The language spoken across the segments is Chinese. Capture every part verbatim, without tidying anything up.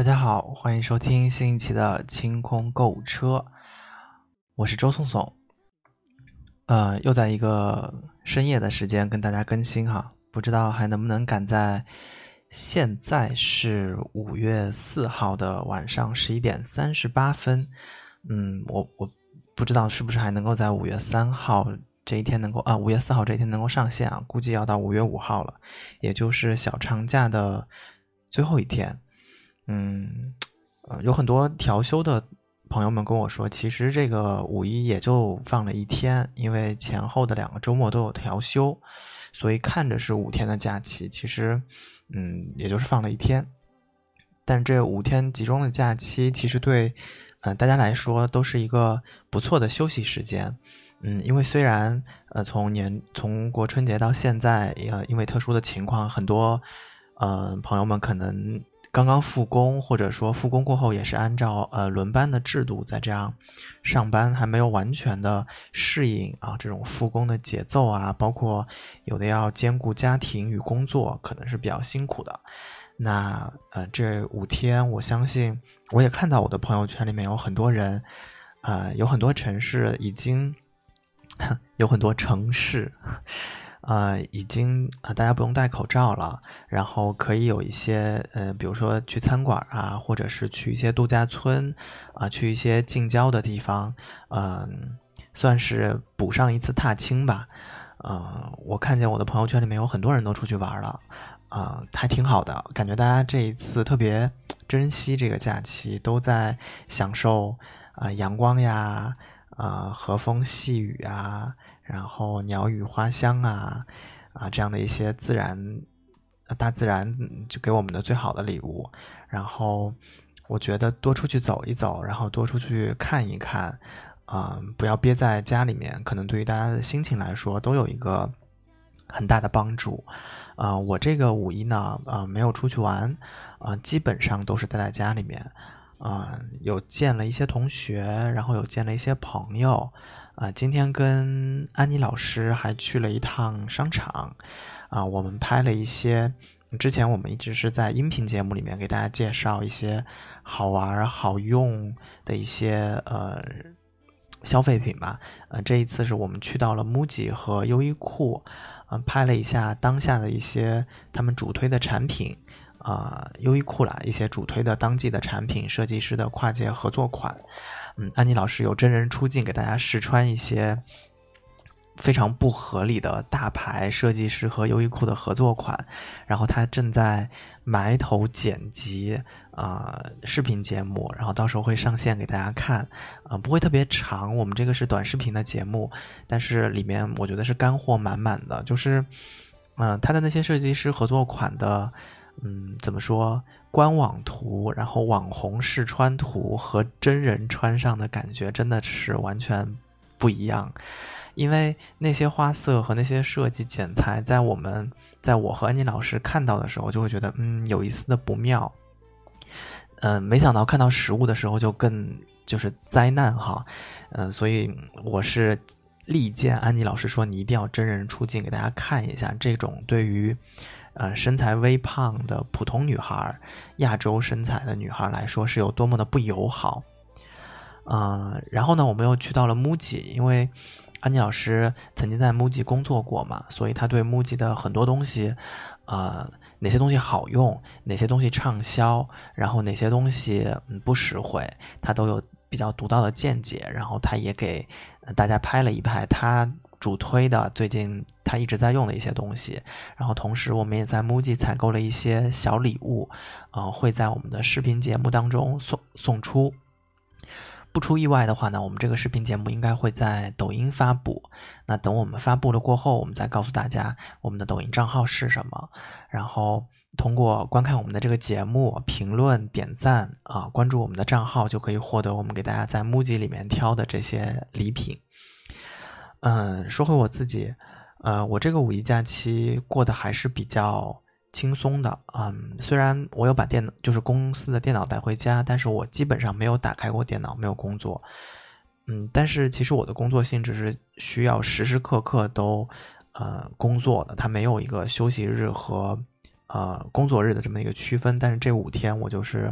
大家好，欢迎收听新一期的清空购物车，我是周颂颂。呃，又在一个深夜的时间跟大家更新哈，不知道还能不能赶在现在是五月四号的晚上十一点三十八分。嗯，我我不知道是不是还能够在五月三号这一天能够啊，五月四号这一天能够上线啊，估计要到五月五号了，也就是小长假的最后一天。嗯，呃，有很多调休的朋友们跟我说，其实这个五一也就放了一天，因为前后的两个周末都有调休，所以看着是五天的假期，其实嗯，也就是放了一天。但这五天集中的假期，其实对呃大家来说都是一个不错的休息时间。嗯，因为虽然呃从年从过春节到现在，呃因为特殊的情况，很多呃朋友们可能刚刚复工，或者说复工过后也是按照呃轮班的制度在这样上班，还没有完全的适应啊这种复工的节奏啊，包括有的要兼顾家庭与工作，可能是比较辛苦的。那呃这五天，我相信我也看到我的朋友圈里面有很多人，呃有很多城市已经有很多城市。呃，已经呃大家不用戴口罩了，然后可以有一些呃，比如说去餐馆啊，或者是去一些度假村啊、呃，去一些近郊的地方，嗯、呃，算是补上一次踏青吧。呃，我看见我的朋友圈里面有很多人都出去玩了，呃，还挺好的，感觉大家这一次特别珍惜这个假期，都在享受啊、呃、阳光呀，啊、呃、和风细雨啊。然后鸟语花香啊啊这样的一些自然大自然就给我们的最好的礼物。然后我觉得多出去走一走，然后多出去看一看啊、呃，不要憋在家里面，可能对于大家的心情来说都有一个很大的帮助。呃我这个五一呢呃没有出去玩，呃基本上都是待在家里面，啊、呃，有见了一些同学，然后有见了一些朋友。啊、呃，今天跟安妮老师还去了一趟商场，啊、呃，我们拍了一些，之前我们一直是在音频节目里面给大家介绍一些好玩好用的一些呃消费品吧，呃，这一次是我们去到了 MUJI 和优衣库，呃，拍了一下当下的一些他们主推的产品。啊、呃，优衣库啦，一些主推的当季的产品，设计师的跨界合作款。嗯，安妮老师有真人出镜给大家试穿一些非常不合理的大牌设计师和优衣库的合作款，然后他正在埋头剪辑啊、呃、视频节目，然后到时候会上线给大家看，啊、呃、不会特别长，我们这个是短视频的节目，但是里面我觉得是干货满满的，就是嗯、呃、他的那些设计师合作款的嗯，怎么说？官网图，然后网红试穿图和真人穿上的感觉真的是完全不一样。因为那些花色和那些设计剪裁，在我们在我和安妮老师看到的时候，就会觉得嗯有一丝的不妙。嗯、呃，没想到看到实物的时候就更就是灾难哈。嗯、呃，所以我是力荐安妮老师说，你一定要真人出镜给大家看一下，这种对于呃，身材微胖的普通女孩，亚洲身材的女孩来说是有多么的不友好。呃，然后呢，我们又去到了 MUJI， 因为安妮老师曾经在 MUJI 工作过嘛，所以她对 MUJI 的很多东西，呃，哪些东西好用，哪些东西畅销，然后哪些东西嗯不实惠，她都有比较独到的见解。然后她也给大家拍了一拍她主推的最近他一直在用的一些东西，然后同时我们也在 MUJI 采购了一些小礼物，呃，会在我们的视频节目当中送送出。不出意外的话呢，我们这个视频节目应该会在抖音发布。那等我们发布了过后，我们再告诉大家我们的抖音账号是什么，然后通过观看我们的这个节目、评论、点赞啊、呃，关注我们的账号，就可以获得我们给大家在 MUJI 里面挑的这些礼品。嗯，说回我自己，呃，我这个五一假期过得还是比较轻松的。嗯，虽然我有把电脑，就是公司的电脑带回家，但是我基本上没有打开过电脑，没有工作。嗯，但是其实我的工作性质是需要时时刻刻都呃工作的，它没有一个休息日和呃工作日的这么一个区分。但是这五天我就是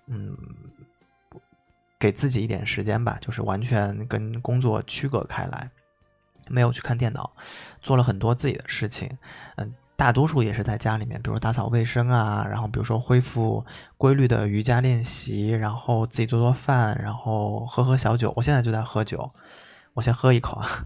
嗯，给自己一点时间吧，就是完全跟工作区隔开来，没有去看电脑，做了很多自己的事情。嗯，大多数也是在家里面，比如打扫卫生啊，然后比如说恢复规律的瑜伽练习，然后自己做做饭，然后喝喝小酒。我现在就在喝酒，我先喝一口啊。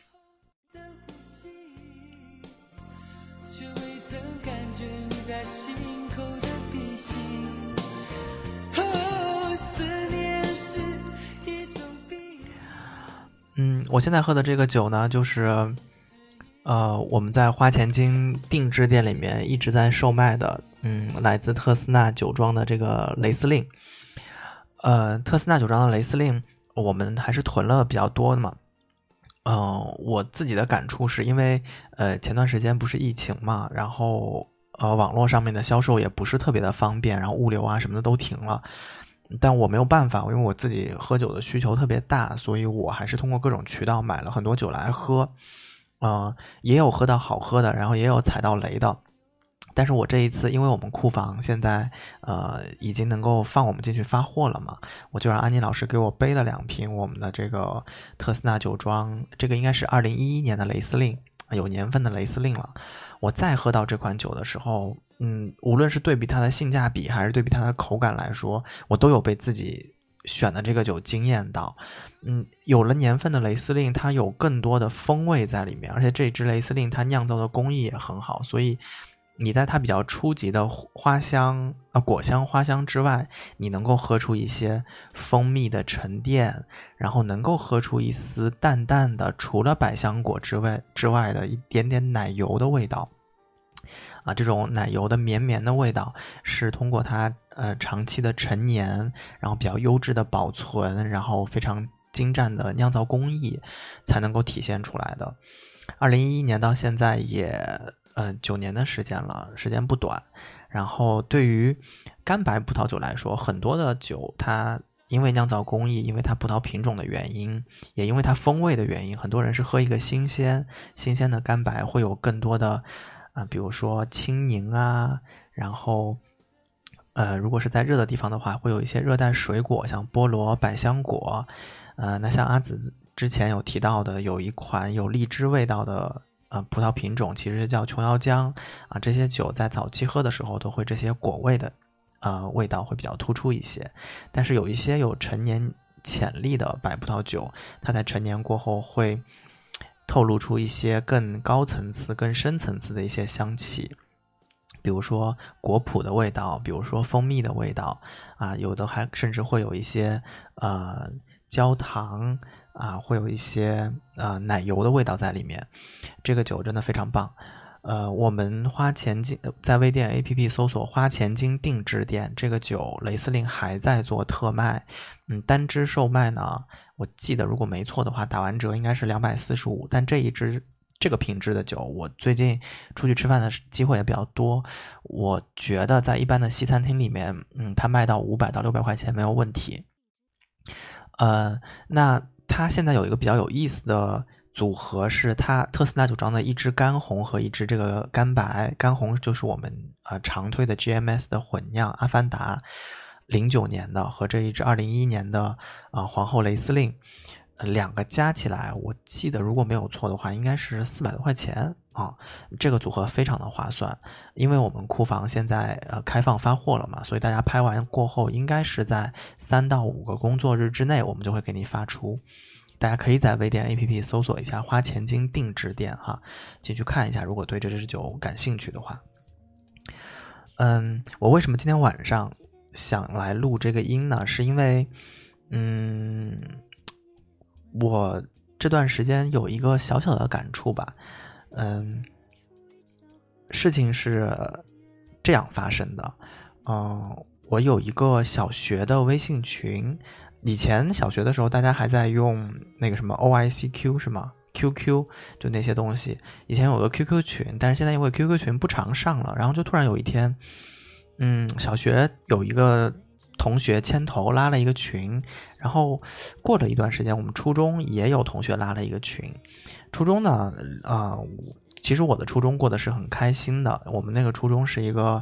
嗯，我现在喝的这个酒呢，就是呃我们在花钱精定制店里面一直在售卖的，嗯，来自特斯纳酒庄的这个雷司令。呃，特斯纳酒庄的雷司令，我们还是囤了比较多的嘛。呃，我自己的感触是因为呃前段时间不是疫情嘛，然后呃网络上面的销售也不是特别的方便，然后物流啊什么的都停了。但我没有办法，因为我自己喝酒的需求特别大，所以我还是通过各种渠道买了很多酒来喝。呃，也有喝到好喝的，然后也有踩到雷的。但是我这一次，因为我们库房现在呃已经能够放我们进去发货了嘛，我就让安妮老师给我背了两瓶我们的这个特斯纳酒庄，这个应该是二零一一年的雷司令，有年份的雷司令了。我再喝到这款酒的时候，嗯，无论是对比它的性价比还是对比它的口感来说，我都有被自己选的这个酒惊艳到。嗯，有了年份的雷司令，它有更多的风味在里面，而且这支雷司令它酿造的工艺也很好，所以你在它比较初级的花香啊、呃、果香花香之外，你能够喝出一些蜂蜜的沉淀，然后能够喝出一丝淡淡的除了百香果之外之外的一点点奶油的味道啊，这种奶油的绵绵的味道是通过它呃长期的陈年，然后比较优质的保存，然后非常精湛的酿造工艺才能够体现出来的。二零一一年到现在也呃九年的时间了，时间不短。然后对于干白葡萄酒来说，很多的酒它因为酿造工艺，因为它葡萄品种的原因，也因为它风味的原因，很多人是喝一个新鲜新鲜的干白会有更多的啊、呃，比如说青柠啊，然后呃，如果是在热的地方的话，会有一些热带水果，像菠萝、百香果。呃，那像阿紫之前有提到的，有一款有荔枝味道的呃葡萄品种，其实叫琼瑶浆啊。这些酒在早期喝的时候，都会这些果味的呃味道会比较突出一些。但是有一些有陈年潜力的白葡萄酒，它在陈年过后会透露出一些更高层次、更深层次的一些香气。比如说果脯的味道，比如说蜂蜜的味道啊，有的还甚至会有一些呃焦糖啊，会有一些呃奶油的味道在里面。这个酒真的非常棒。呃，我们花钱精在微店 A P P 搜索花钱精定制店，这个酒雷司令还在做特卖。嗯，单支售卖呢，我记得如果没错的话，打完折应该是两百四十五，但这一支这个品质的酒，我最近出去吃饭的机会也比较多，我觉得在一般的西餐厅里面，嗯，它卖到五百到六百块钱没有问题。呃，那它现在有一个比较有意思的组合，是它特斯纳酒庄的一支干红和一支这个干白。干红就是我们呃常推的 G M S 的混酿阿凡达零九年的，和这一支二零一一年的呃皇后雷司令。两个加起来，我记得如果没有错的话，应该是四百多块钱啊。这个组合非常的划算，因为我们库房现在呃开放发货了嘛，所以大家拍完过后，应该是在三到五个工作日之内，我们就会给你发出。大家可以在微店 A P P 搜索一下花钱精定制店哈，进去看一下，如果对这支酒感兴趣的话。嗯，我为什么今天晚上想来录这个音呢？是因为嗯。我这段时间有一个小小的感触吧，嗯，事情是这样发生的，嗯，我有一个小学的微信群，以前小学的时候大家还在用那个什么 O I C Q 是吗 ？Q Q 就那些东西，以前有个 Q Q 群，但是现在因为 Q Q 群不常上了，然后就突然有一天，嗯，小学有一个同学牵头拉了一个群，然后过了一段时间，我们初中也有同学拉了一个群。初中呢，啊、呃，其实我的初中过得是很开心的。我们那个初中是一个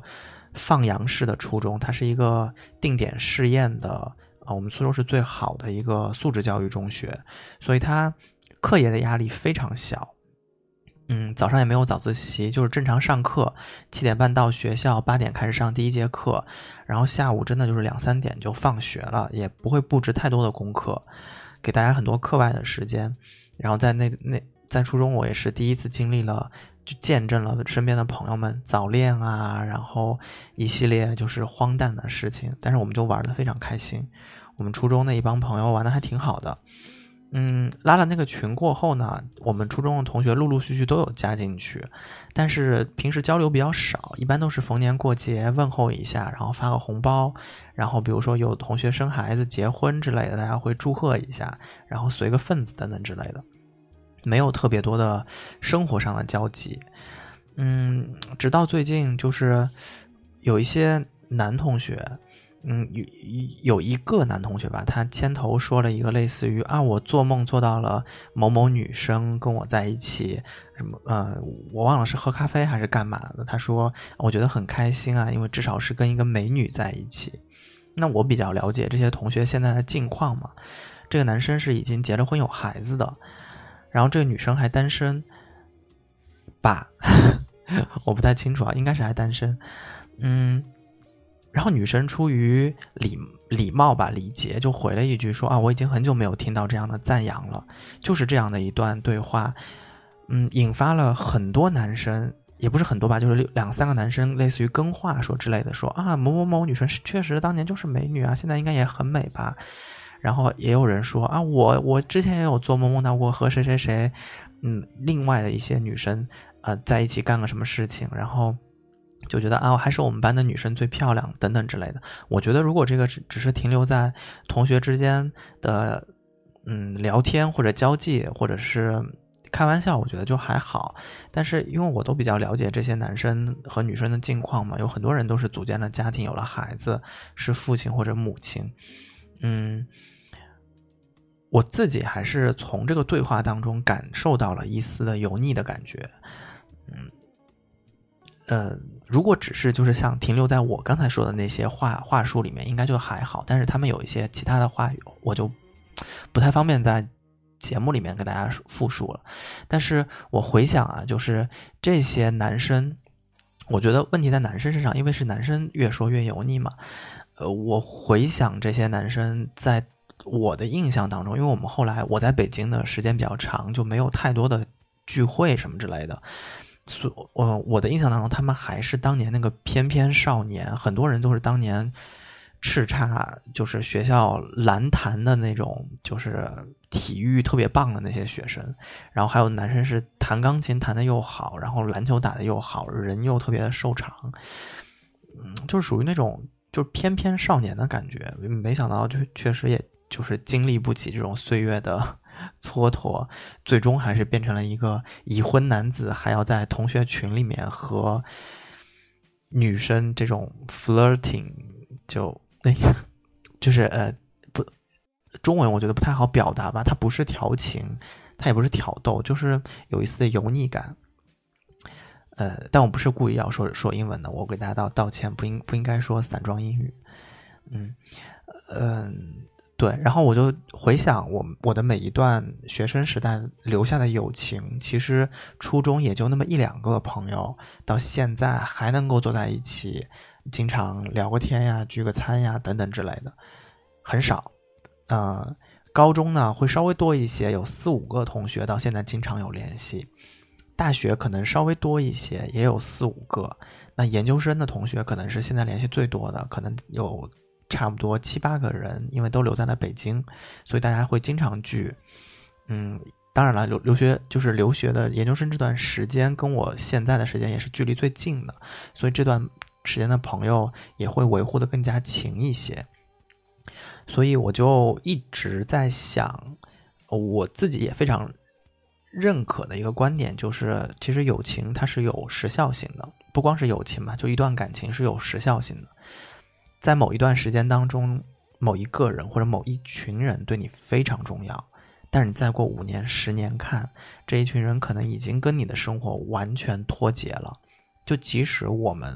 放羊式的初中，它是一个定点试验的，呃，我们苏州市最好的一个素质教育中学，所以它课业的压力非常小。嗯，早上也没有早自习，就是正常上课，七点半到学校，八点开始上第一节课，然后下午真的就是两三点就放学了，也不会布置太多的功课，给大家很多课外的时间。然后在那那在初中，我也是第一次经历了，就见证了身边的朋友们早恋啊，然后一系列就是荒诞的事情，但是我们就玩得非常开心。我们初中那一帮朋友玩得还挺好的。嗯，拉了那个群过后呢，我们初中的同学陆陆续续都有加进去，但是平时交流比较少，一般都是逢年过节问候一下，然后发个红包，然后比如说有同学生孩子结婚之类的，大家会祝贺一下，然后随个份子等等之类的，没有特别多的生活上的交集。嗯，直到最近就是有一些男同学，嗯，有有一个男同学吧，他牵头说了一个类似于啊，我做梦做到了某某女生跟我在一起，什么呃，我忘了是喝咖啡还是干嘛的。他说我觉得很开心啊，因为至少是跟一个美女在一起。那我比较了解这些同学现在的近况嘛，这个男生是已经结了婚有孩子的，然后这个女生还单身吧，我不太清楚啊，应该是还单身。嗯。然后女生出于礼礼貌吧，礼节就回了一句说啊，我已经很久没有听到这样的赞扬了。就是这样的一段对话，嗯，引发了很多男生，也不是很多吧，就是两三个男生类似于跟话说之类的，说啊某某某女生确实当年就是美女啊，现在应该也很美吧。然后也有人说啊，我我之前也有做梦梦到过和谁谁谁，嗯，另外的一些女生呃在一起干个什么事情，然后就觉得啊，还是我们班的女生最漂亮等等之类的。我觉得如果这个只只是停留在同学之间的嗯聊天或者交际或者是开玩笑，我觉得就还好。但是因为我都比较了解这些男生和女生的近况嘛，有很多人都是组建了家庭，有了孩子，是父亲或者母亲。嗯，我自己还是从这个对话当中感受到了一丝的油腻的感觉。嗯。呃，如果只是就是像停留在我刚才说的那些话话术里面，应该就还好。但是他们有一些其他的话语，我就不太方便在节目里面跟大家复述了。但是我回想啊，就是这些男生，我觉得问题在男生身上，因为是男生越说越油腻嘛。呃，我回想这些男生在我的印象当中，因为我们后来我在北京的时间比较长，就没有太多的聚会什么之类的。我我的印象当中，他们还是当年那个翩翩少年，很多人都是当年叱咤就是学校篮坛的那种，就是体育特别棒的那些学生。然后还有男生是弹钢琴弹得又好，然后篮球打得又好，人又特别的瘦长，嗯，就是属于那种就是翩翩少年的感觉。没想到就确实也就是经历不起这种岁月的蹉跎，最终还是变成了一个已婚男子，还要在同学群里面和女生这种 flirting， 就那个就是呃不，中文我觉得不太好表达吧，它不是调情，它也不是挑逗，就是有一丝的油腻感。呃，但我不是故意要说说英文的，我给大家道道歉，不应不应该说散装英语。嗯嗯。呃对，然后我就回想我我的每一段学生时代留下的友情，其实初中也就那么一两个朋友，到现在还能够坐在一起，经常聊个天呀、聚个餐呀等等之类的，很少。呃，高中呢会稍微多一些，有四五个同学到现在经常有联系。大学可能稍微多一些，也有四五个。那研究生的同学可能是现在联系最多的，可能有差不多七八个人，因为都留在了北京，所以大家会经常聚。嗯，当然了，留留学就是留学的研究生这段时间，跟我现在的时间也是距离最近的，所以这段时间的朋友也会维护的更加勤一些。所以我就一直在想，我自己也非常认可的一个观点，就是其实友情它是有时效性的，不光是友情嘛，就一段感情是有时效性的。在某一段时间当中，某一个人或者某一群人对你非常重要，但是你再过五年十年看，这一群人可能已经跟你的生活完全脱节了。就即使我们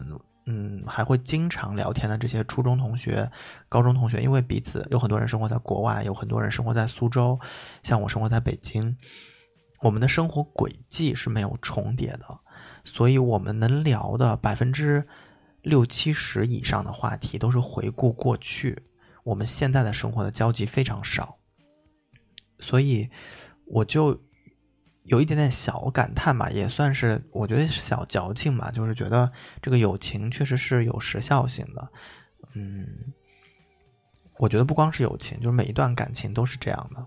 嗯，还会经常聊天的这些初中同学、高中同学，因为彼此有很多人生活在国外，有很多人生活在苏州，像我生活在北京，我们的生活轨迹是没有重叠的，所以我们能聊的百分之六七十以上的话题都是回顾过去，我们现在的生活的交集非常少，所以我就有一点点小感叹吧，也算是我觉得小矫情吧，就是觉得这个友情确实是有时效性的。嗯，我觉得不光是友情，就是每一段感情都是这样的。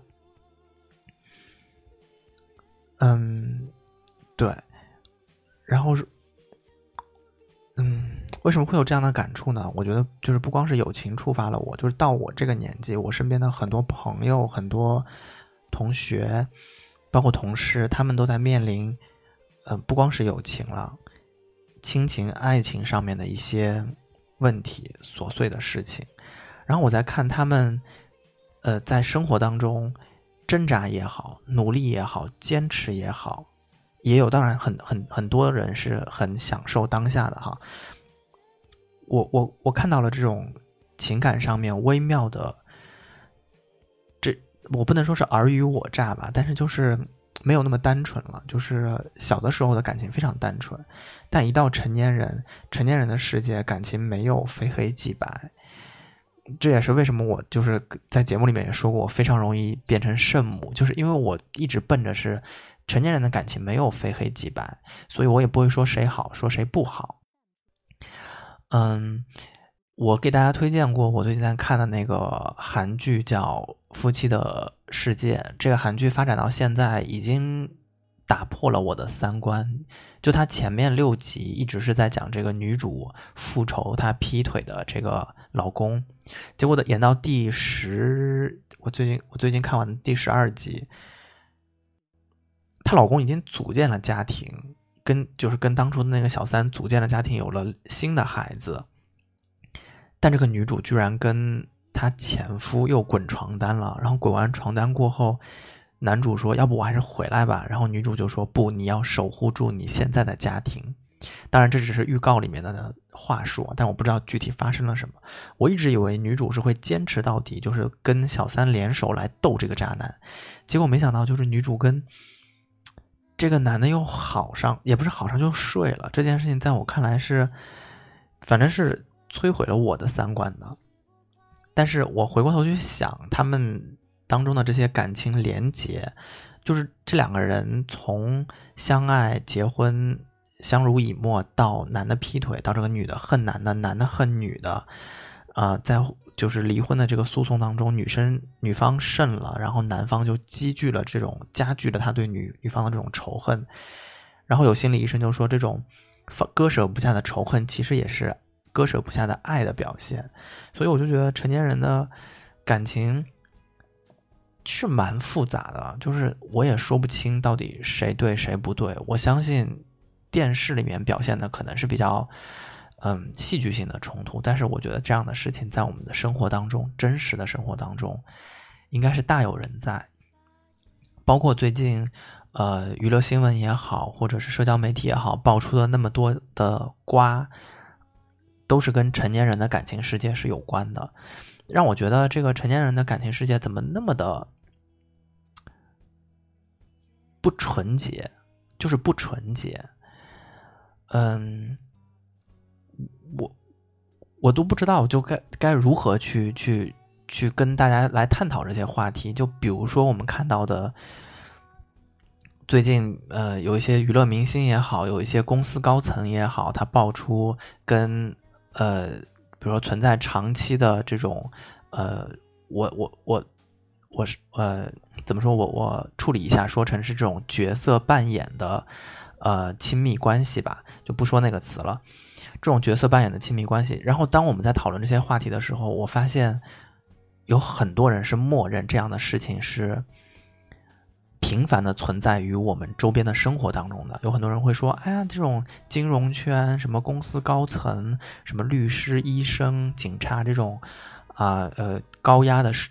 嗯，对。然后是，嗯，为什么会有这样的感触呢？我觉得就是不光是友情触发了我，就是到我这个年纪，我身边的很多朋友、很多同学，包括同事，他们都在面临呃，不光是友情了，亲情、爱情上面的一些问题、琐碎的事情。然后我在看他们呃，在生活当中挣扎也好，努力也好，坚持也好，也有当然很很很多人是很享受当下的哈。我我我看到了这种情感上面微妙的，这我不能说是尔虞我诈吧，但是就是没有那么单纯了，就是小的时候的感情非常单纯，但一到成年人，成年人的世界，感情没有非黑即白。这也是为什么我就是在节目里面也说过，我非常容易变成圣母，就是因为我一直奔着是成年人的感情没有非黑即白，所以我也不会说谁好，说谁不好。嗯，我给大家推荐过我最近在看的那个韩剧叫《夫妻的世界》，这个韩剧发展到现在已经打破了我的三观。就他前面六集一直是在讲这个女主复仇她劈腿的这个老公，结果的演到第十，我最近我最近看完第十二集，她老公已经组建了家庭，跟就是跟当初的那个小三组建了家庭，有了新的孩子，但这个女主居然跟她前夫又滚床单了，然后滚完床单过后，男主说要不我还是回来吧，然后女主就说不，你要守护住你现在的家庭。当然这只是预告里面的话术，但我不知道具体发生了什么。我一直以为女主是会坚持到底，就是跟小三联手来斗这个渣男，结果没想到就是女主跟这个男的又好上，也不是好上就睡了。这件事情在我看来是反正是摧毁了我的三观的。但是我回过头去想他们当中的这些感情连结，就是这两个人从相爱结婚相濡以沫到男的劈腿，到这个女的恨男的，男的恨女的，呃，在就是离婚的这个诉讼当中，女生女方胜了，然后男方就积聚了这种加剧了他对女女方的这种仇恨。然后有心理医生就说，这种割舍不下的仇恨其实也是割舍不下的爱的表现。所以我就觉得成年人的感情是蛮复杂的，就是我也说不清到底谁对谁不对。我相信电视里面表现的可能是比较嗯戏剧性的冲突，但是我觉得这样的事情在我们的生活当中，真实的生活当中应该是大有人在。包括最近呃娱乐新闻也好，或者是社交媒体也好，爆出的那么多的瓜，都是跟成年人的感情世界是有关的，让我觉得这个成年人的感情世界怎么那么的不纯洁，就是不纯洁。嗯，我我都不知道就该该如何去去去跟大家来探讨这些话题。就比如说我们看到的最近呃有一些娱乐明星也好，有一些公司高层也好，他爆出跟呃比如说存在长期的这种呃我我我我是呃怎么说我我处理一下说成是这种角色扮演的呃亲密关系吧，就不说那个词了，这种角色扮演的亲密关系。然后当我们在讨论这些话题的时候，我发现有很多人是默认这样的事情是频繁的存在于我们周边的生活当中的。有很多人会说，哎呀，这种金融圈什么公司高层什么律师医生警察这种啊 呃, 呃高压的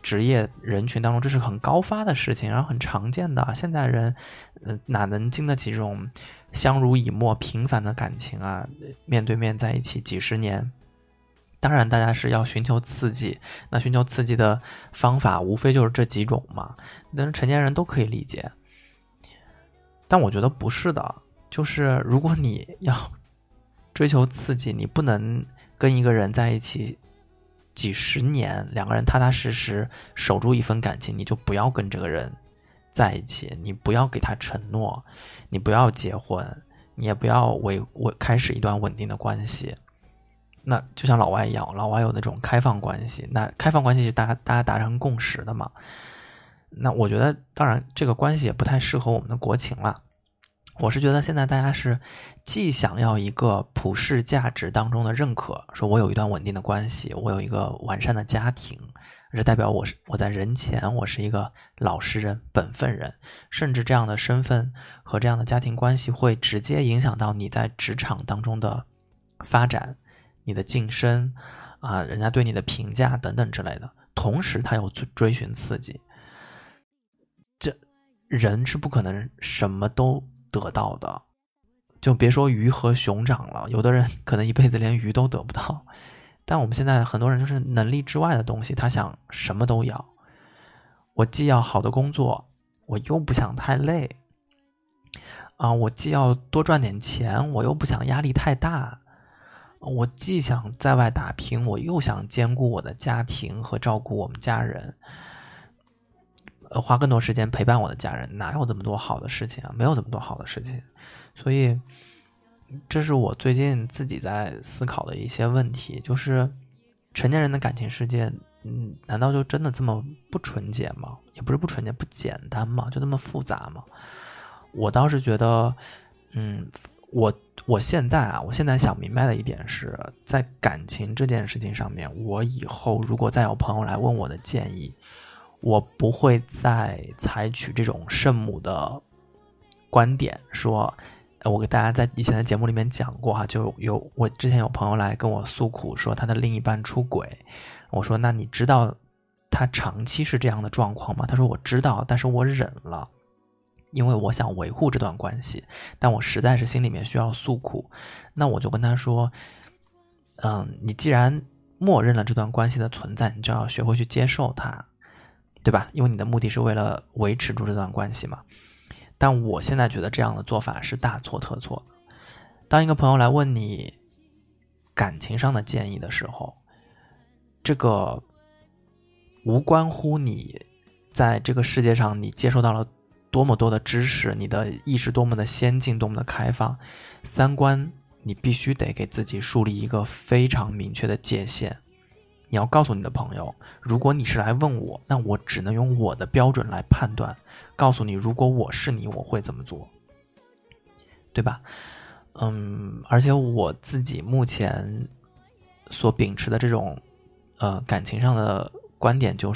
职业人群当中，这是很高发的事情，然后很常见的。现在人，呃，哪能经得起这种相濡以沫、平凡的感情啊？面对面在一起几十年，当然大家是要寻求刺激。那寻求刺激的方法，无非就是这几种嘛。但是成年人都可以理解。但我觉得不是的，就是如果你要追求刺激，你不能跟一个人在一起几十年，两个人踏踏实实守住一份感情，你就不要跟这个人在一起，你不要给他承诺，你不要结婚，你也不要为为开始一段稳定的关系。那就像老外一样，老外有那种开放关系，那开放关系是大家大家达成共识的嘛。那我觉得当然这个关系也不太适合我们的国情了。我是觉得现在大家是既想要一个普世价值当中的认可，说我有一段稳定的关系，我有一个完善的家庭，这代表我是我在人前我是一个老实人、本分人，甚至这样的身份和这样的家庭关系会直接影响到你在职场当中的发展、你的晋升啊，人家对你的评价等等之类的。同时他又追寻刺激，这人是不可能什么都得到的，就别说鱼和熊掌了，有的人可能一辈子连鱼都得不到。但我们现在很多人就是能力之外的东西，他想什么都要。我既要好的工作，我又不想太累啊，我既要多赚点钱，我又不想压力太大。我既想在外打拼，我又想兼顾我的家庭和照顾我们家人，呃，花更多时间陪伴我的家人。哪有这么多好的事情啊？没有这么多好的事情。所以这是我最近自己在思考的一些问题，就是成年人的感情世界，嗯，难道就真的这么不纯洁吗？也不是不纯洁，不简单吗？就那么复杂吗？我倒是觉得，嗯，我我现在啊，我现在想明白的一点是，在感情这件事情上面，我以后如果再有朋友来问我的建议，我不会再采取这种圣母的观点，说我给大家在以前的节目里面讲过哈，就有我之前有朋友来跟我诉苦说他的另一半出轨，我说那你知道他长期是这样的状况吗？他说我知道，但是我忍了，因为我想维护这段关系，但我实在是心里面需要诉苦。那我就跟他说，嗯，你既然默认了这段关系的存在，你就要学会去接受它，对吧？因为你的目的是为了维持住这段关系嘛。但我现在觉得这样的做法是大错特错的。当一个朋友来问你感情上的建议的时候，这个无关乎你在这个世界上你接受到了多么多的知识，你的意识多么的先进，多么的开放，三观你必须得给自己树立一个非常明确的界限。你要告诉你的朋友，如果你是来问我，那我只能用我的标准来判断，告诉你如果我是你，我会怎么做，对吧？嗯，而且我自己目前所秉持的这种呃感情上的观点就是，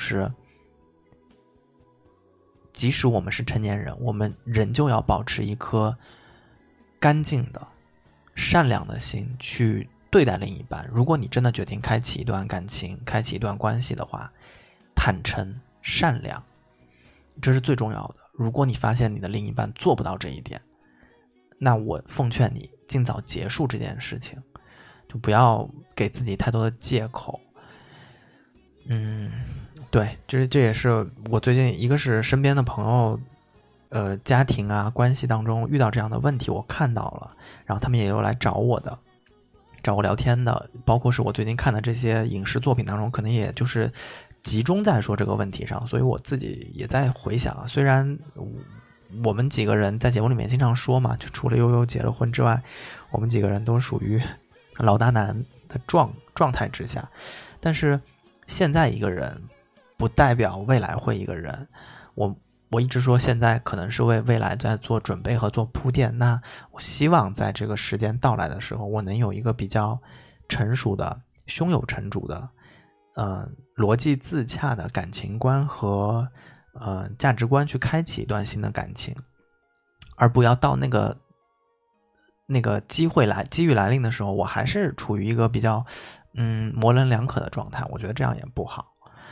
即使我们是成年人，我们仍旧要保持一颗干净的善良的心去对待另一半。如果你真的决定开启一段感情，开启一段关系的话，坦诚善良这是最重要的。如果你发现你的另一半做不到这一点，那我奉劝你尽早结束这件事情，就不要给自己太多的借口。嗯，对，这这也是我最近一个是身边的朋友呃，家庭啊关系当中遇到这样的问题，我看到了，然后他们也有来找我的找我聊天的，包括是我最近看的这些影视作品当中，可能也就是集中在说这个问题上。所以我自己也在回想啊，虽然我们几个人在节目里面经常说嘛，就除了悠悠结了婚之外，我们几个人都属于老大难的状状态之下，但是现在一个人不代表未来会一个人。我我一直说现在可能是为未来在做准备和做铺垫，那我希望在这个时间到来的时候，我能有一个比较成熟的、胸有成竹的、呃逻辑自洽的感情观和呃价值观去开启一段新的感情，而不要到那个那个机会来机遇来临的时候，我还是处于一个比较嗯模棱两可的状态，我觉得这样也不好。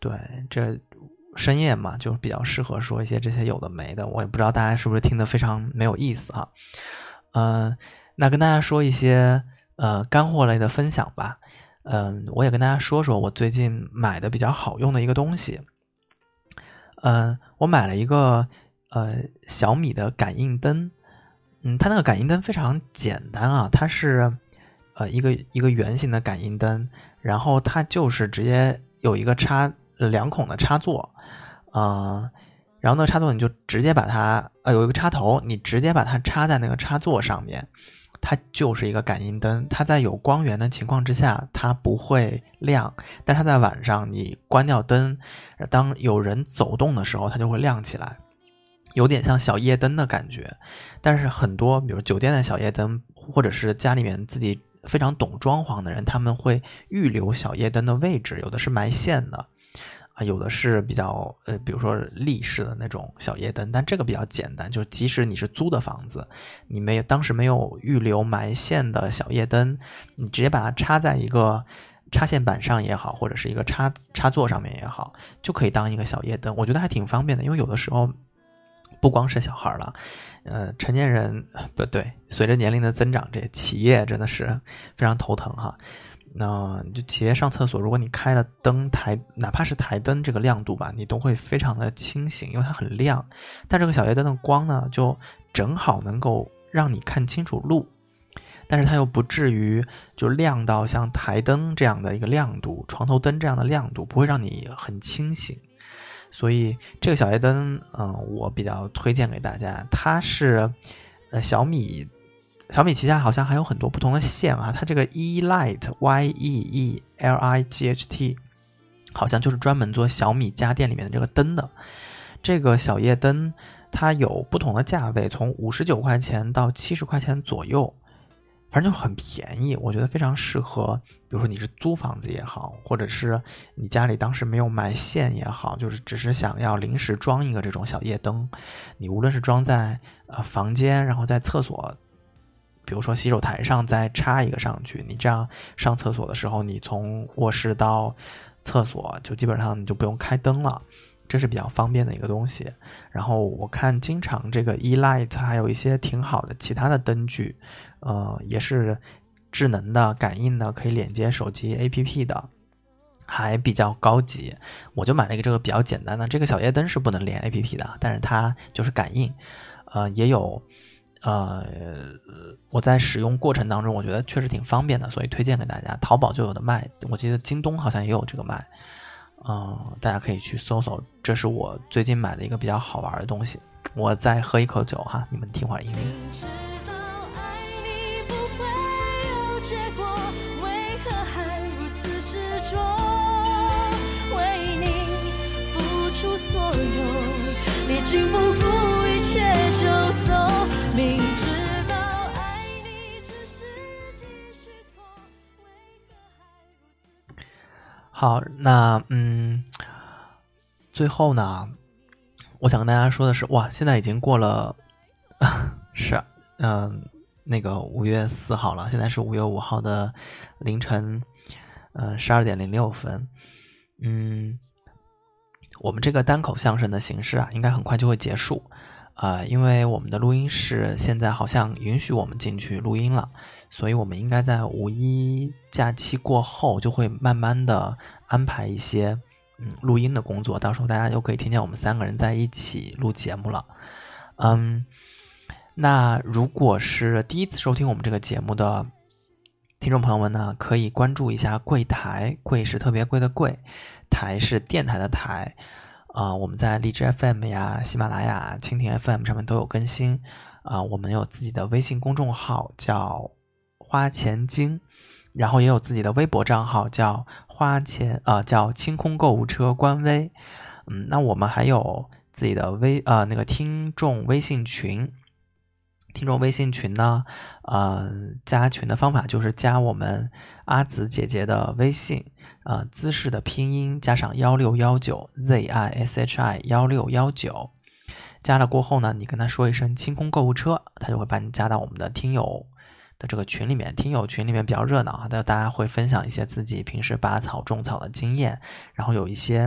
对，这深夜嘛，就比较适合说一些这些有的没的，我也不知道大家是不是听得非常没有意思哈。嗯、呃，那跟大家说一些呃干货类的分享吧。嗯、呃，我也跟大家说说我最近买的比较好用的一个东西。嗯、呃，我买了一个呃小米的感应灯。嗯，它那个感应灯非常简单啊，它是呃一个一个圆形的感应灯，然后它就是直接有一个插两孔的插座。呃，然后那个插座你就直接把它呃有一个插头，你直接把它插在那个插座上面，它就是一个感应灯。它在有光源的情况之下它不会亮，但是它在晚上你关掉灯，当有人走动的时候它就会亮起来，有点像小夜灯的感觉。但是很多比如酒店的小夜灯，或者是家里面自己非常懂装潢的人，他们会预留小夜灯的位置，有的是埋线的啊，有的是比较呃，比如说立式的那种小夜灯，但这个比较简单，就即使你是租的房子，你没当时没有预留埋线的小夜灯，你直接把它插在一个插线板上也好，或者是一个插插座上面也好，就可以当一个小夜灯。我觉得还挺方便的，因为有的时候不光是小孩了，呃，成年人不对，随着年龄的增长，这企业真的是非常头疼哈。那就企业上厕所，如果你开了灯台，哪怕是台灯这个亮度吧，你都会非常的清醒，因为它很亮。但这个小夜灯的光呢，就正好能够让你看清楚路，但是它又不至于就亮到像台灯这样的一个亮度，床头灯这样的亮度，不会让你很清醒。所以这个小夜灯，嗯、呃，我比较推荐给大家。它是呃小米。小米旗下好像还有很多不同的线啊，它这个 E-Light Y E E L I G H T 好像就是专门做小米家电里面的这个灯的。这个小夜灯它有不同的价位，从五十九块钱到七十块钱左右，反正就很便宜，我觉得非常适合，比如说你是租房子也好，或者是你家里当时没有埋线也好，就是只是想要临时装一个这种小夜灯，你无论是装在呃房间，然后在厕所，比如说洗手台上再插一个上去，你这样上厕所的时候，你从卧室到厕所就基本上你就不用开灯了，这是比较方便的一个东西。然后我看经常这个 E-Light 还有一些挺好的其他的灯具，呃，也是智能的感应的，可以连接手机 A P P 的，还比较高级。我就买了一个这个比较简单的，这个小夜灯是不能连 A P P 的，但是它就是感应，呃，也有呃，我在使用过程当中我觉得确实挺方便的，所以推荐给大家。淘宝就有的卖，我记得京东好像也有这个卖，呃，大家可以去搜搜，这是我最近买的一个比较好玩的东西。我再喝一口酒哈，你们听会儿音乐。 你竟不顾一切就走，明知道爱你只是继续错，为何还如此。 好，那嗯，最后呢，我想跟大家说的是，哇，现在已经过了是嗯、呃、那个五月四号了，现在是五月五号的凌晨呃十二点零六分，嗯。我们这个单口相声的形式啊，应该很快就会结束，呃，因为我们的录音室现在好像允许我们进去录音了，所以我们应该在五一假期过后就会慢慢的安排一些嗯录音的工作，到时候大家就可以听见我们三个人在一起录节目了。嗯，那如果是第一次收听我们这个节目的听众朋友们呢，可以关注一下柜台，柜是特别贵的柜，台是电台的台，啊、呃，我们在荔枝 F M 呀、喜马拉雅、蜻蜓 F M 上面都有更新，啊、呃，我们有自己的微信公众号叫花钱精，然后也有自己的微博账号叫花钱啊、呃，叫清空购物车官微，嗯，那我们还有自己的微呃那个听众微信群。听众微信群呢，呃，加群的方法就是加我们阿紫姐姐的微信，呃，姿势的拼音加上一六一九 Z I S H I 一六一九，加了过后呢，你跟他说一声清空购物车，他就会把你加到我们的听友的这个群里面。听友群里面比较热闹，大家会分享一些自己平时拔草种草的经验，然后有一些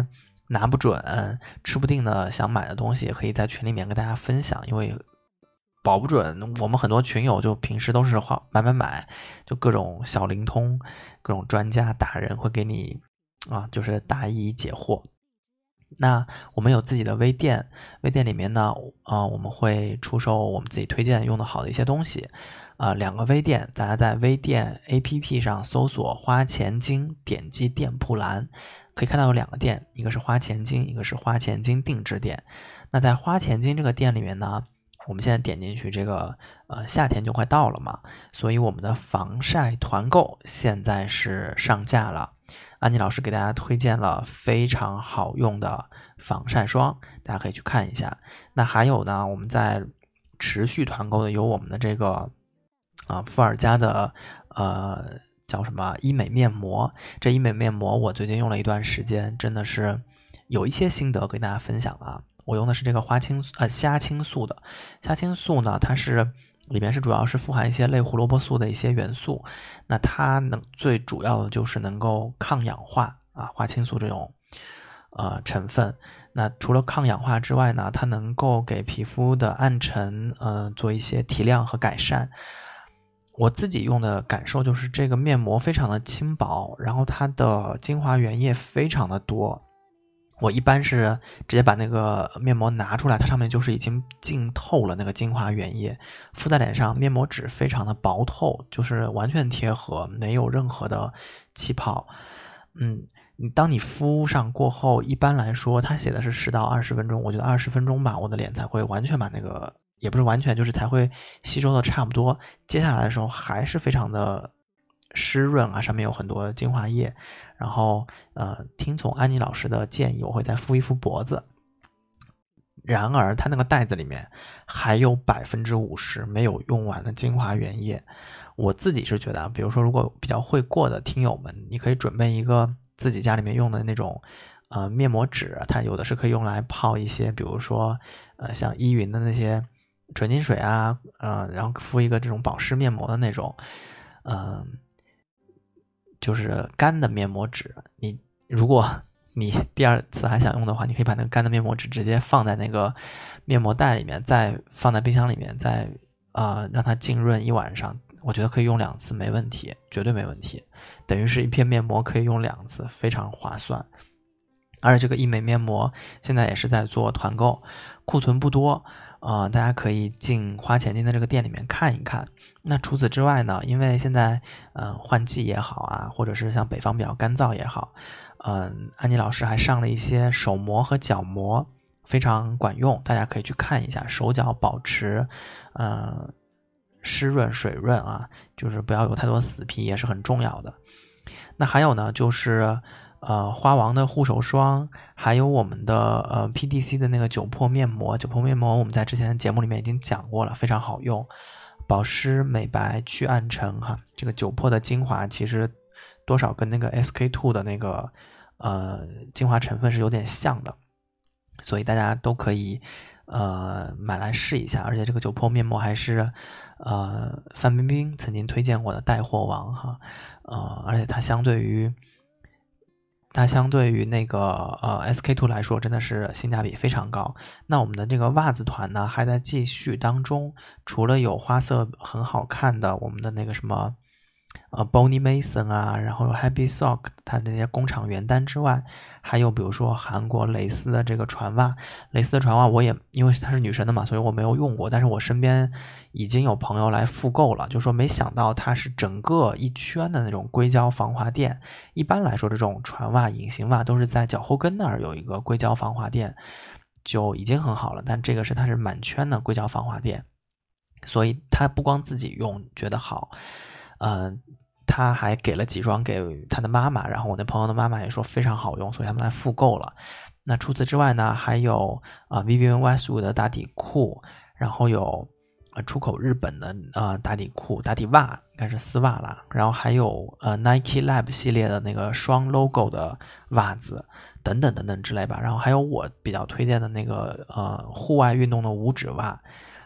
拿不准、吃不定的想买的东西，也可以在群里面跟大家分享，因为保不准我们很多群友就平时都是花买买买，就各种小灵通，各种专家达人会给你啊，就是答疑解惑。那我们有自己的微店，微店里面呢，呃，我们会出售我们自己推荐用的好的一些东西。呃，两个微店，大家在微店 A P P 上搜索花钱精，点击店铺栏，可以看到有两个店，一个是花钱精，一个是花钱精定制店。那在花钱精这个店里面呢，我们现在点进去，这个呃夏天就快到了嘛，所以我们的防晒团购现在是上架了。安妮老师给大家推荐了非常好用的防晒霜，大家可以去看一下。那还有呢，我们在持续团购的有我们的这个啊、呃、伏尔加的呃叫什么医美面膜。这医美面膜我最近用了一段时间，真的是有一些心得给大家分享了。我用的是这个花青呃虾青素的，虾青素呢，它是里面是主要是富含一些类胡萝卜素的一些元素，那它能最主要的就是能够抗氧化啊，花青素这种呃成分。那除了抗氧化之外呢，它能够给皮肤的暗沉呃做一些提亮和改善。我自己用的感受就是这个面膜非常的轻薄，然后它的精华原液非常的多。我一般是直接把那个面膜拿出来，它上面就是已经浸透了那个精华原液，敷在脸上，面膜纸非常的薄透，就是完全贴合，没有任何的气泡。嗯，当你敷上过后，一般来说它写的是十到二十分钟，我觉得二十分钟吧，我的脸才会完全把那个，也不是完全，就是才会吸收的差不多。接下来的时候还是非常的湿润啊，上面有很多精华液。然后呃，听从安妮老师的建议，我会再敷一敷脖子。然而它那个袋子里面还有 百分之五十 没有用完的精华原液。我自己是觉得啊，比如说如果比较会过的听友们，你可以准备一个自己家里面用的那种呃面膜纸，它有的是可以用来泡一些，比如说呃像依云的那些纯净水啊，呃然后敷一个这种保湿面膜的那种嗯。呃就是干的面膜纸，你如果你第二次还想用的话，你可以把那个干的面膜纸直接放在那个面膜袋里面，再放在冰箱里面，再呃让它浸润一晚上，我觉得可以用两次没问题，绝对没问题。等于是一片面膜可以用两次，非常划算。而且这个医美面膜现在也是在做团购，库存不多，呃，大家可以进花钱精的这个店里面看一看。那除此之外呢，因为现在嗯、呃、换季也好啊，或者是像北方比较干燥也好，嗯、呃，安妮老师还上了一些手膜和脚膜，非常管用，大家可以去看一下，手脚保持呃湿润水润啊，就是不要有太多死皮也是很重要的。那还有呢，就是呃花王的护手霜，还有我们的呃 P D C 的那个酒粕面膜。酒粕面膜我们在之前的节目里面已经讲过了，非常好用，保湿美白去暗沉哈。这个酒粕的精华其实多少跟那个 S K 二 的那个呃精华成分是有点像的，所以大家都可以呃买来试一下。而且这个酒粕面膜还是呃范冰冰曾经推荐过的带货王哈，呃而且它相对于它相对于那个呃 S K 二 来说真的是性价比非常高。那我们的这个袜子团呢还在继续当中，除了有花色很好看的我们的那个什么呃 Bonnie Mason 啊，然后 Happy Sock 它这些工厂原单之外，还有比如说韩国蕾丝的这个船袜。蕾丝的船袜我也因为它是女神的嘛，所以我没有用过，但是我身边已经有朋友来复购了，就说没想到它是整个一圈的那种硅胶防滑垫。一般来说这种船袜隐形袜都是在脚后跟那儿有一个硅胶防滑垫就已经很好了，但这个是它是满圈的硅胶防滑垫，所以它不光自己用觉得好，呃他还给了几双给他的妈妈，然后我那朋友的妈妈也说非常好用，所以他们来复购了。那除此之外呢，还有呃 Vivienne Westwood 的打底裤，然后有呃出口日本的呃打底裤、打底袜，应该是丝袜啦，然后还有呃 Nike Lab 系列的那个双 logo 的袜子等等等等之类吧。然后还有我比较推荐的那个呃户外运动的五指袜。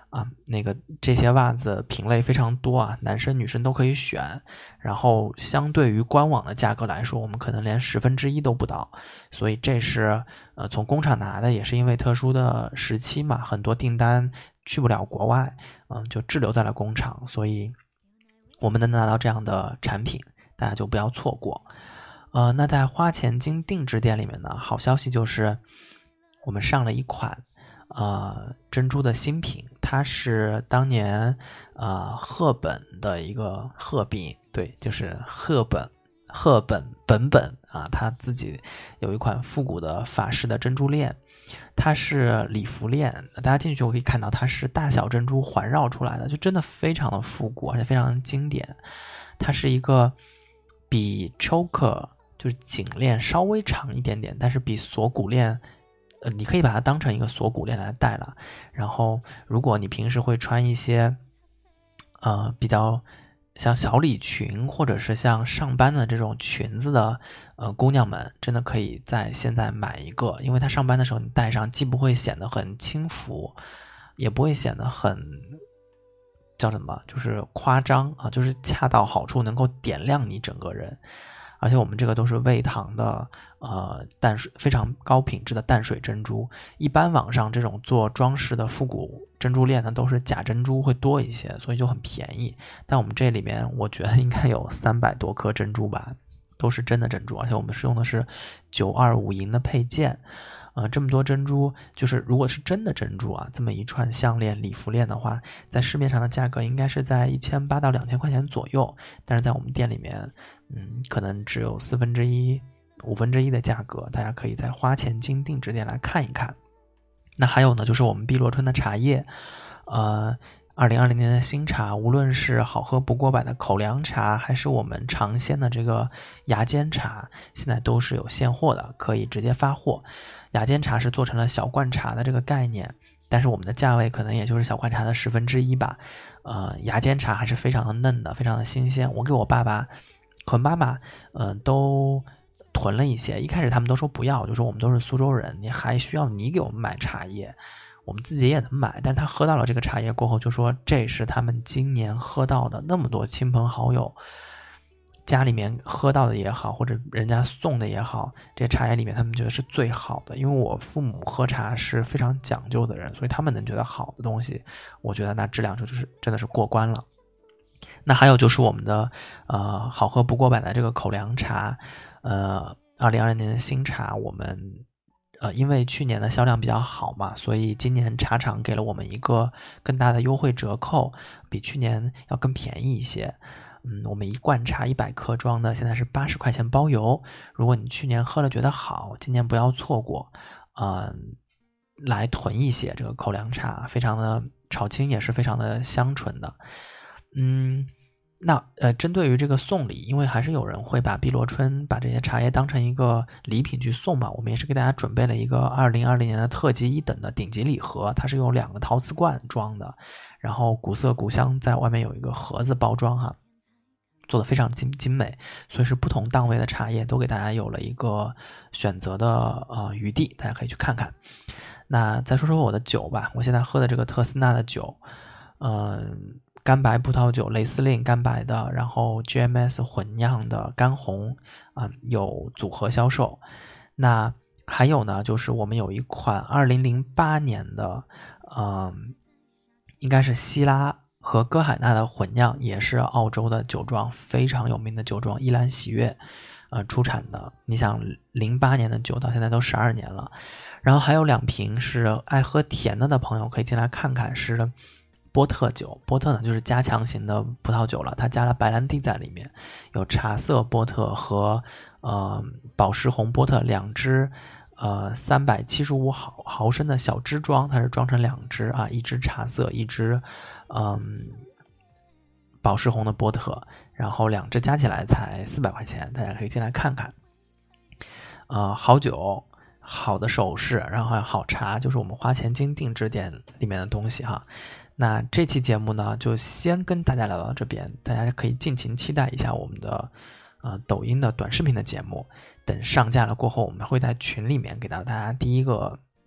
啊，那个这些袜子品类非常多啊，男生女生都可以选，然后相对于官网的价格来说，我们可能连十分之一都不到，所以这是呃从工厂拿的，也是因为特殊的时期嘛，很多订单去不了国外，嗯、呃，就滞留在了工厂，所以我们能拿到这样的产品，大家就不要错过。呃，那在花钱精定制店里面呢，好消息就是我们上了一款呃珍珠的新品，它是当年呃赫本的一个赫饼，对，就是赫本赫本本本啊，他自己有一款复古的法式的珍珠链，它是礼服链，大家进去就可以看到它是大小珍珠环绕出来的，就真的非常的复古，而且非常的经典。它是一个比 choker 就是颈链稍微长一点点，但是比锁骨链呃，你可以把它当成一个锁骨链来戴了。然后如果你平时会穿一些呃比较像小礼裙或者是像上班的这种裙子的呃姑娘们，真的可以在现在买一个，因为它上班的时候你戴上既不会显得很轻浮，也不会显得很叫什么就是夸张啊，就是恰到好处，能够点亮你整个人。而且我们这个都是微糖的呃淡水，非常高品质的淡水珍珠。一般网上这种做装饰的复古珍珠链呢，都是假珍珠会多一些，所以就很便宜。但我们这里面我觉得应该有三百多颗珍珠吧，都是真的珍珠，而且我们是用的是九二五银的配件。呃，这么多珍珠，就是如果是真的珍珠啊，这么一串项链、礼服链的话，在市面上的价格应该是在一千八到两千块钱左右，但是在我们店里面，嗯，可能只有四分之一、五分之一的价格，大家可以在花钱精定制店来看一看。那还有呢，就是我们碧螺春的茶叶，呃。二零二零年的新茶，无论是好喝不过百的口粮茶，还是我们尝鲜的这个芽尖茶，现在都是有现货的，可以直接发货。芽尖茶是做成了小罐茶的这个概念，但是我们的价位可能也就是小罐茶的十分之一吧。呃，芽尖茶还是非常的嫩的，非常的新鲜。我给我爸爸和妈妈，呃，都囤了一些。一开始他们都说不要，就说我们都是苏州人，你还需要你给我们买茶叶。我们自己也能买，但是他喝到了这个茶叶过后就说这是他们今年喝到的，那么多亲朋好友家里面喝到的也好，或者人家送的也好，这茶叶里面他们觉得是最好的。因为我父母喝茶是非常讲究的人，所以他们能觉得好的东西，我觉得那质量就是真的是过关了。那还有就是我们的呃好喝不过百的这个口粮茶，呃二零二零年的新茶，我们呃，因为去年的销量比较好嘛，所以今年茶厂给了我们一个更大的优惠折扣，比去年要更便宜一些。嗯，我们一罐茶一百克装的，现在是八十块钱包邮。如果你去年喝了觉得好，今年不要错过，呃，来囤一些这个口粮茶，非常的炒青，也是非常的香醇的。嗯。那呃，针对于这个送礼，因为还是有人会把碧螺春把这些茶叶当成一个礼品去送嘛，我们也是给大家准备了一个二零二零年的特级一等的顶级礼盒，它是用两个陶瓷罐装的，然后古色古香，在外面有一个盒子包装哈，做的非常精精美，所以是不同档位的茶叶都给大家有了一个选择的呃余地，大家可以去看看。那再说说我的酒吧，我现在喝的这个特斯纳的酒，嗯、呃。干白葡萄酒雷司令干白的，然后 G M S 混酿的干红啊、呃，有组合销售。那还有呢，就是我们有一款二零零八年的，嗯、呃，应该是希拉和歌海纳的混酿，也是澳洲的酒庄，非常有名的酒庄依兰喜悦呃出产的。你想零八年的酒到现在都十二年了。然后还有两瓶是爱喝甜的的朋友可以进来看看，是波特酒。波特呢就是加强型的葡萄酒了，它加了白兰地在里面，有茶色波特和呃宝石红波特两支，呃三百七十五毫毫升的小支装，它是装成两支啊，一支茶色，一支嗯宝石红的波特，然后两支加起来才四百块钱，大家可以进来看看。呃好酒好的首饰，然后还有好茶，就是我们花钱精定制店里面的东西哈。那这期节目呢，就先跟大家聊到这边，大家可以尽情期待一下我们的呃抖音的短视频的节目。等上架了过后，我们会在群里面给到大家第一个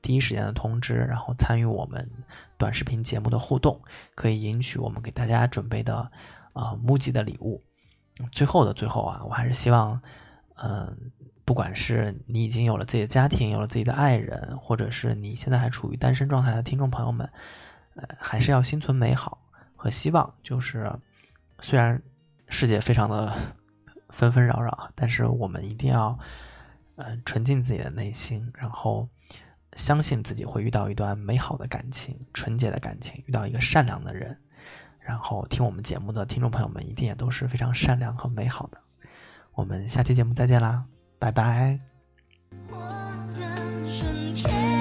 第一时间的通知，然后参与我们短视频节目的互动，可以赢取我们给大家准备的呃募集的礼物。最后的最后啊，我还是希望嗯、呃，不管是你已经有了自己的家庭，有了自己的爱人，或者是你现在还处于单身状态的听众朋友们，呃，还是要心存美好和希望。就是虽然世界非常的纷纷扰扰，但是我们一定要呃纯净自己的内心，然后相信自己会遇到一段美好的感情，纯洁的感情，遇到一个善良的人。然后听我们节目的听众朋友们一定也都是非常善良和美好的。我们下期节目再见啦，拜拜。 我的春天